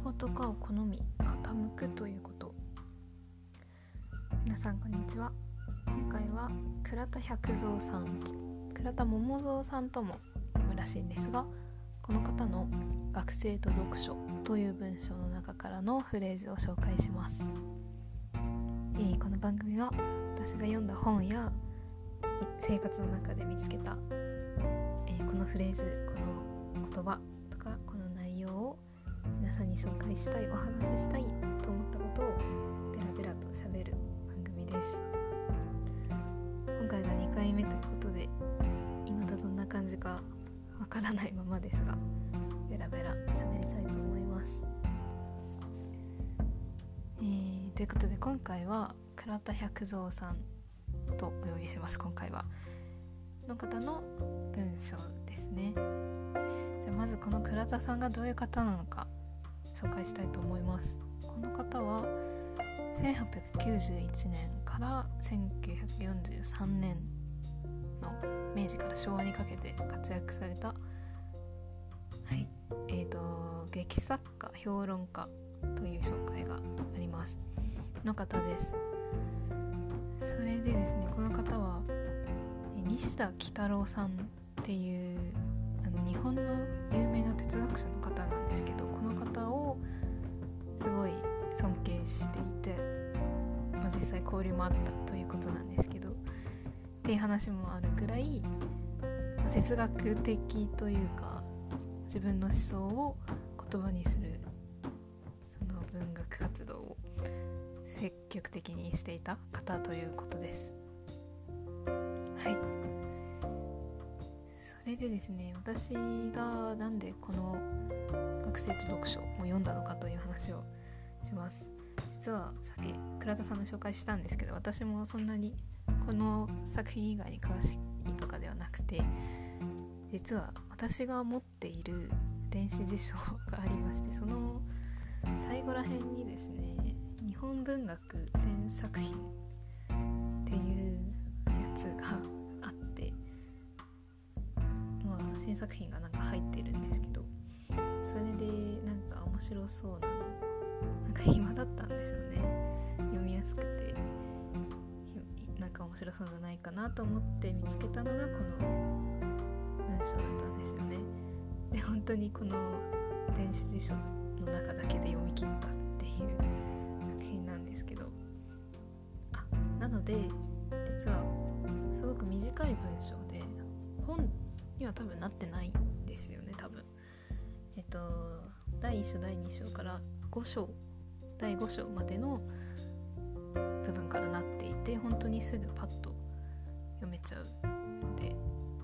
事かを好み傾くということ。皆さんこんにちは。今回は倉田百蔵さん、倉田桃蔵さんとも読むらしいんですが、この方の学生と読書という文章の中からのフレーズを紹介します。この番組は私が読んだ本や生活の中で見つけた、このフレーズ、この言葉とかこの内容を皆さんに紹介したい、お話ししたいと思ったことをベラベラと喋る番組です。今回が2回目ということで、今だどんな感じかわからないままですが、ベラベラ喋りたいと思います。ということで今回は倉田百蔵さんとお呼びします。今回はこの方の文章ですね。じゃあまずこの倉田さんがどういう方なのか紹介したいと思います。この方は1891年から1943年の明治から昭和にかけて活躍された、劇作家、評論家という紹介がありますの方です。それでですね、この方は西田幾多郎さんっていう日本の有名な哲学者の方なんですけど、この方をすごい尊敬していて、実際交流もあったということなんですけど、っていう話もあるくらい、哲学的というか自分の思想を言葉にするその文学活動を積極的にしていた方ということです。それでですね、私がなんでこの学生と読書を読んだのかという話をします。実はさっき倉田さんの紹介したんですけど、私もそんなにこの作品以外に詳しいとかではなくて、実は私が持っている電子辞書がありまして、その最後ら辺にですね、日本文学1000作品っていうやつがあって、1000作品がなんか入ってるんですけど、それでなんか面白そうなの、なんか暇だったんでしょうね。読みやすくてなんか面白そうじゃないかなと思って見つけたのがこの文章だったんですよね。で、本当にこの電子辞書の中だけで読み切ったっていう作品なんですけど、なので実はすごく短い文章で本には多分なってないんですよね。多分第1章第2章から5章第5章までの部分からなっていて、本当にすぐパッと読めちゃうので、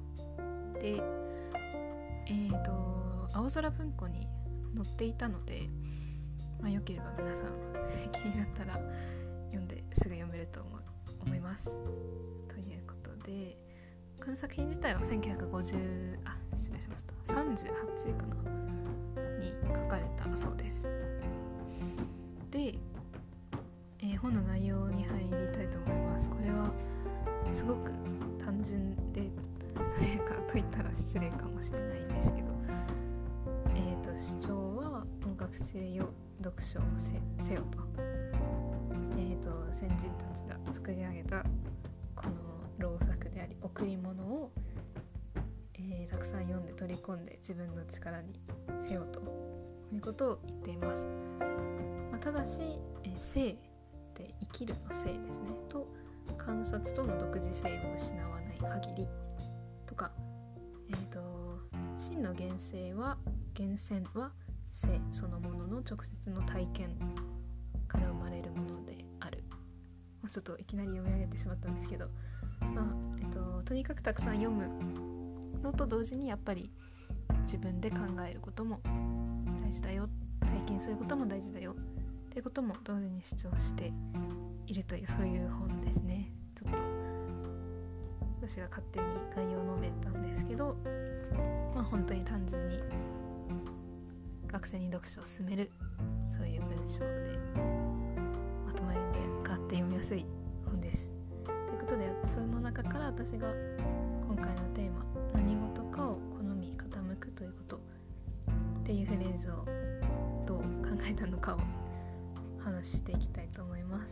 青空文庫に載っていたので、よければ皆さん気になったら読んですぐ読めると思います。ということで、この作品自体は1938かなに書かれたそうです。で、本の内容に入りたいと思います。これはすごく単純でというかと言ったら失礼かもしれないんですけど、主張は学生よ読書を せよと、先人たちが作り上げたこの老作であり贈り物を、たくさん読んで取り込んで自分の力にせよということを言っています。ただし、生って生きるの生ですねと、観察との独自性を失わない限りとか、真の源泉は生そのものの直接の体験から生まれるものである。ちょっといきなり読み上げてしまったんですけど、とにかくたくさん読むのと同時にやっぱり自分で考えることも大事だよ、体験することも大事だよっていうことも同時に主張しているという、そういう本ですね。ちょっと私が勝手に概要を述べたんですけど、本当に単純に学生に読書を進める、そういう文章でまとまりで買って読みやすい本です。ということで、その中から私が今回のテーマ、何事かを好み傾くということっていうフレーズをどう考えたのかを話していきたいと思います。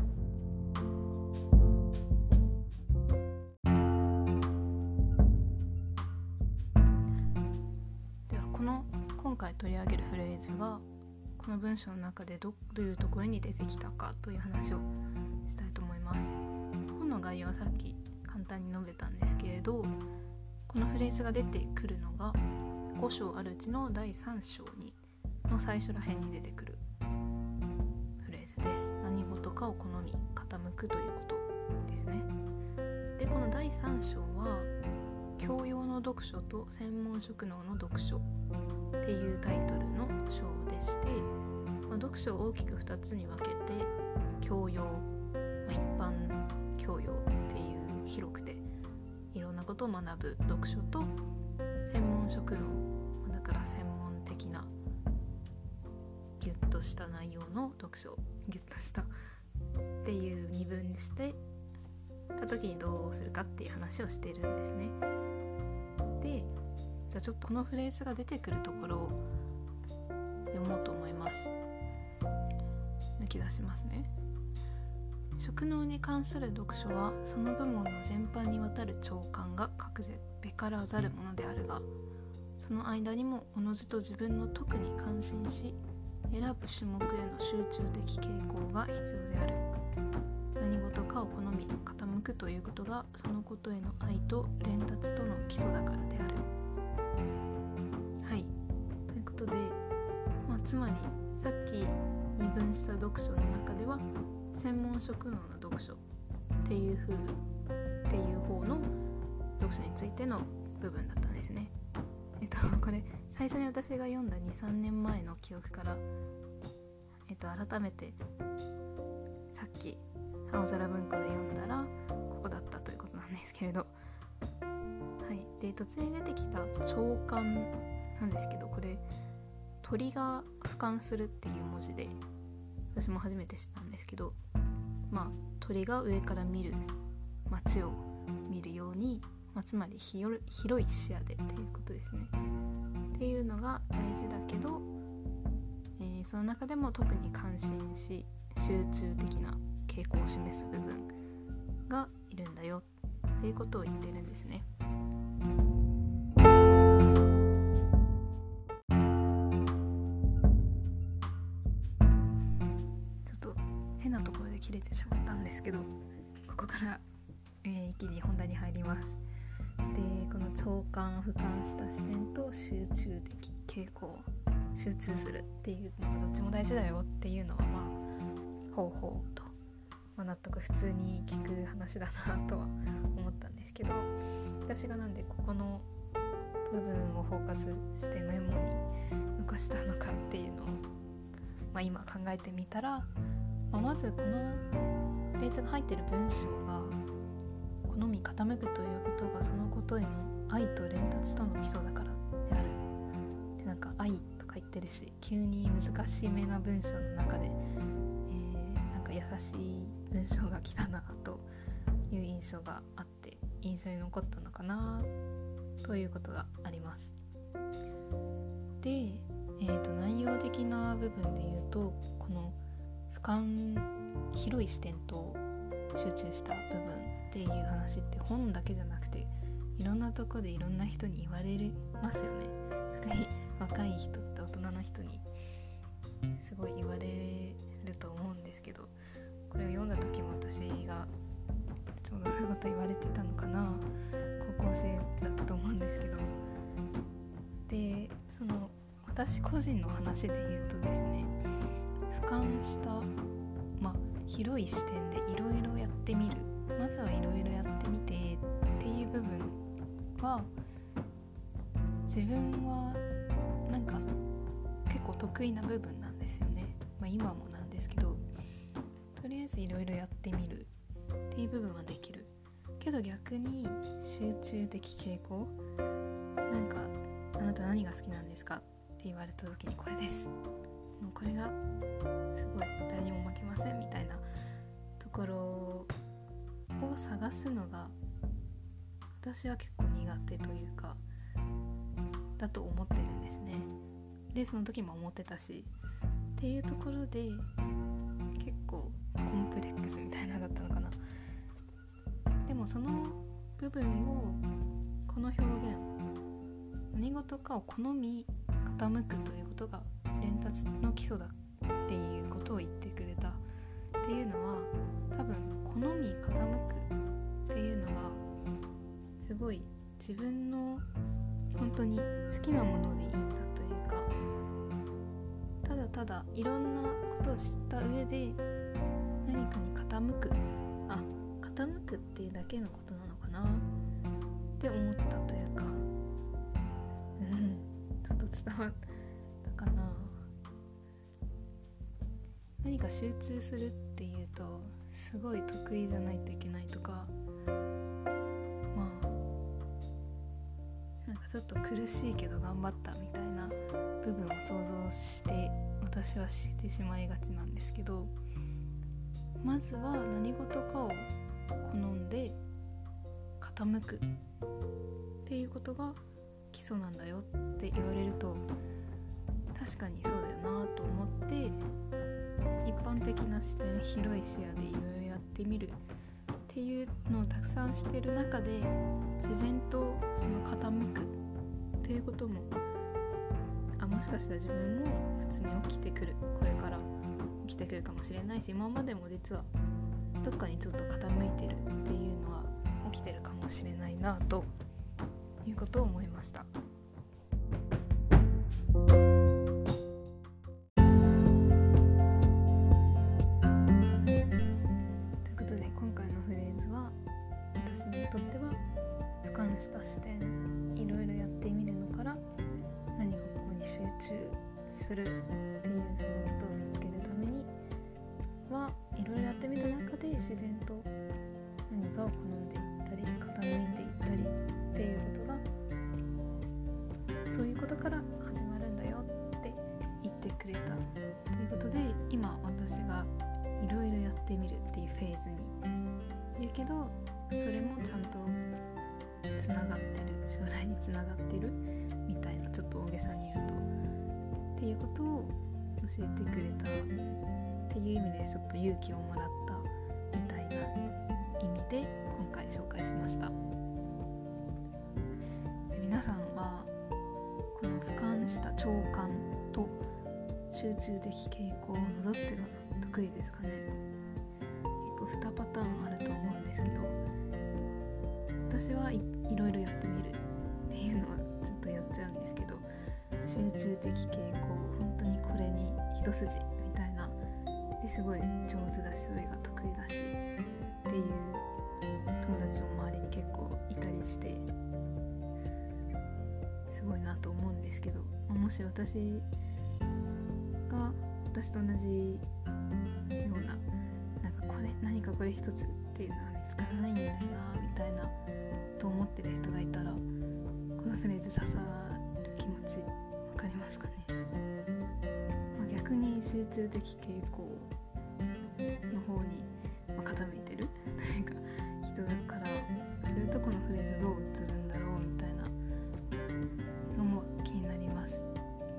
では今回取り上げるフレーズがこの文章の中でどういうところに出てきたかという話をしたいと思います。本の概要はさっき簡単に述べたんですけれど、このフレーズが出てくるのが五章あるうちの第3章の最初ら辺に出てくるフレーズです。何事かを好み傾くということですね。で、この第3章は教養の読書と専門職能の読書っていうタイトルの章でして、読書を大きく2つに分けて教養、一般教養っていう広くていろんなことを学ぶ読書と専門職能、だから専門的なギュッとした内容の読書、ギュッとしたっていう二分にしてた時にどうするかっていう話をしているんですね。で、じゃあちょっとこのフレーズが出てくるところを読もうと思います。抜き出しますね。職能に関する読書はその部門の全般にわたる長官が各自べからざるものであるが、その間にもおのずと自分の特に関心し選ぶ種目への集中的傾向が必要である。何事かを好み傾くということがそのことへの愛と連達との基礎だからである。はい、ということで、つまりさっき二分した読書の中では専門職能の読書っていう方の読書についての部分だったんですね。これ最初に私が読んだ 2,3 年前の記憶から、改めてさっき青空文庫で読んだらここだったということなんですけれど、はい、で途中に出てきた長官なんですけど、これ鳥が俯瞰するっていう文字で私も初めて知ったんですけど、鳥が上から見る街を見るように、つまり広い視野でっていうことですね。っていうのが大事だけど、その中でも特に関心し集中的な傾向を示す部分がいるんだよっていうことを言ってるんですね。ちょっと変なところで切れてしまったんですけど、ここから、一気に本題に入ります。で、この長官を俯瞰した視点と集中的傾向、集中するっていうのがどっちも大事だよっていうのはほうほうと、納得、普通に聞く話だなとは思ったんですけど、私がなんでここの部分をフォーカスしてメモに残したのかっていうのを、今考えてみたら、まずこのフレーズが入っている文章が好み傾くということがそのことへの愛と連達との基礎だからであるで、愛とか言ってるし、急に難しめな文章の中で、優しい文章が来たなという印象があって印象に残ったのかなということがあります。で、内容的な部分で言うと、この俯瞰、広い視点と集中した部分っていう話って本だけじゃなくていろんなとこでいろんな人に言われますよね。特に若い人って大人の人にすごい言われると思うんですけど、これを読んだ時も私がちょうどそういうこと言われてたのかな、高校生だったと思うんですけど、で、私個人の話で言うとですね、俯瞰した、広い視点でいろいろやってみる、まずはいろいろやってみてっていう部分は自分は結構得意な部分なんですよね。今もなんですけど、とりあえずいろいろやってみるっていう部分はできるけど、逆に集中的傾向、あなた何が好きなんですかって言われた時にこれです、もうこれがすごい誰にも負けませんみたいなところを探すのが私は結構苦手というかだと思ってるんですね。で、その時も思ってたし、 っていうところで結構コンプレックスみたいなだったのかな。でもその部分をこの表現、何事かを好み傾くということが連達の基礎だっていうことを言ってくれたっていうのは、多分好み傾くっていうのがすごい自分の本当に好きなものでいいんだというか、ただただいろんなことを知った上で何かに傾く、傾くっていうだけのことなのかなって思ったというか、ちょっと伝わったかな。何か集中するっていうとすごい得意じゃないといけないとか、なんかちょっと苦しいけど頑張ったみたいな部分を想像して私はしてしまいがちなんですけど、まずは何事かを好んで傾くっていうことが基礎なんだよって言われると、確かにそうだよなと思って、一般的な視点、広い視野でいろいろやってみるっていうのをたくさんしてる中で、自然とその傾くっていうことももしかしたら自分も普通に起きてくる、これから起きてくるかもしれないし、今までも実はどっかにちょっと傾いてるっていうのは起きてるかもしれないなということを思いました。した視点、いろいろやってみるのから何かここに集中するっていうそのことを見つけるためにはいろいろやってみた中で自然と何かを好んでいったり傾いていったりっていうことが、そういうことから始まるんだよって言ってくれたということで、今私がいろいろやってみるっていうフェーズにいるけど、それもちゃんとつながってる、将来につながってるみたいな、ちょっと大げさに言うとっていうことを教えてくれたっていう意味で、ちょっと勇気をもらったみたいな意味で今回紹介しました。で、皆さんはこの俯瞰した長観と集中的傾向のどっちが得意ですかね。結構2パターンあると思うんですけど、私はいろいろやってみるっていうのはずっとやっちゃうんですけど、集中的傾向、本当にこれに一筋みたいなですごい上手だし、それが得意だしっていう友達も周りに結構いたりして、すごいなと思うんですけど、もし私と同じような、何かこれ一つっていうのが見つからないんだよなみたいなと思ってる人がいたら、このフレーズ刺さる気持ちわかりますかね。逆に集中的傾向の方に傾いてるというか人からすると、このフレーズどう映るんだろうみたいなのも気になります。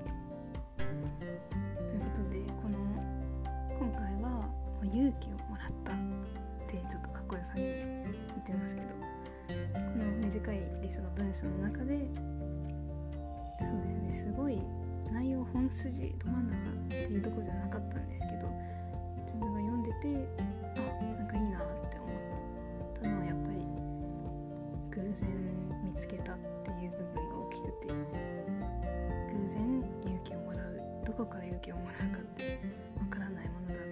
ということで、今回は勇気をもらったってちょっとかっこよさに言ってますけど、この短いですが文章の中で、そうですね、すごい内容本筋ど真ん中っていうところじゃなかったんですけど、自分が読んでてなんかいいなって思ったのは、やっぱり偶然見つけたっていう部分が大きくて、偶然勇気をもらう、どこから勇気をもらうかってわからないものだ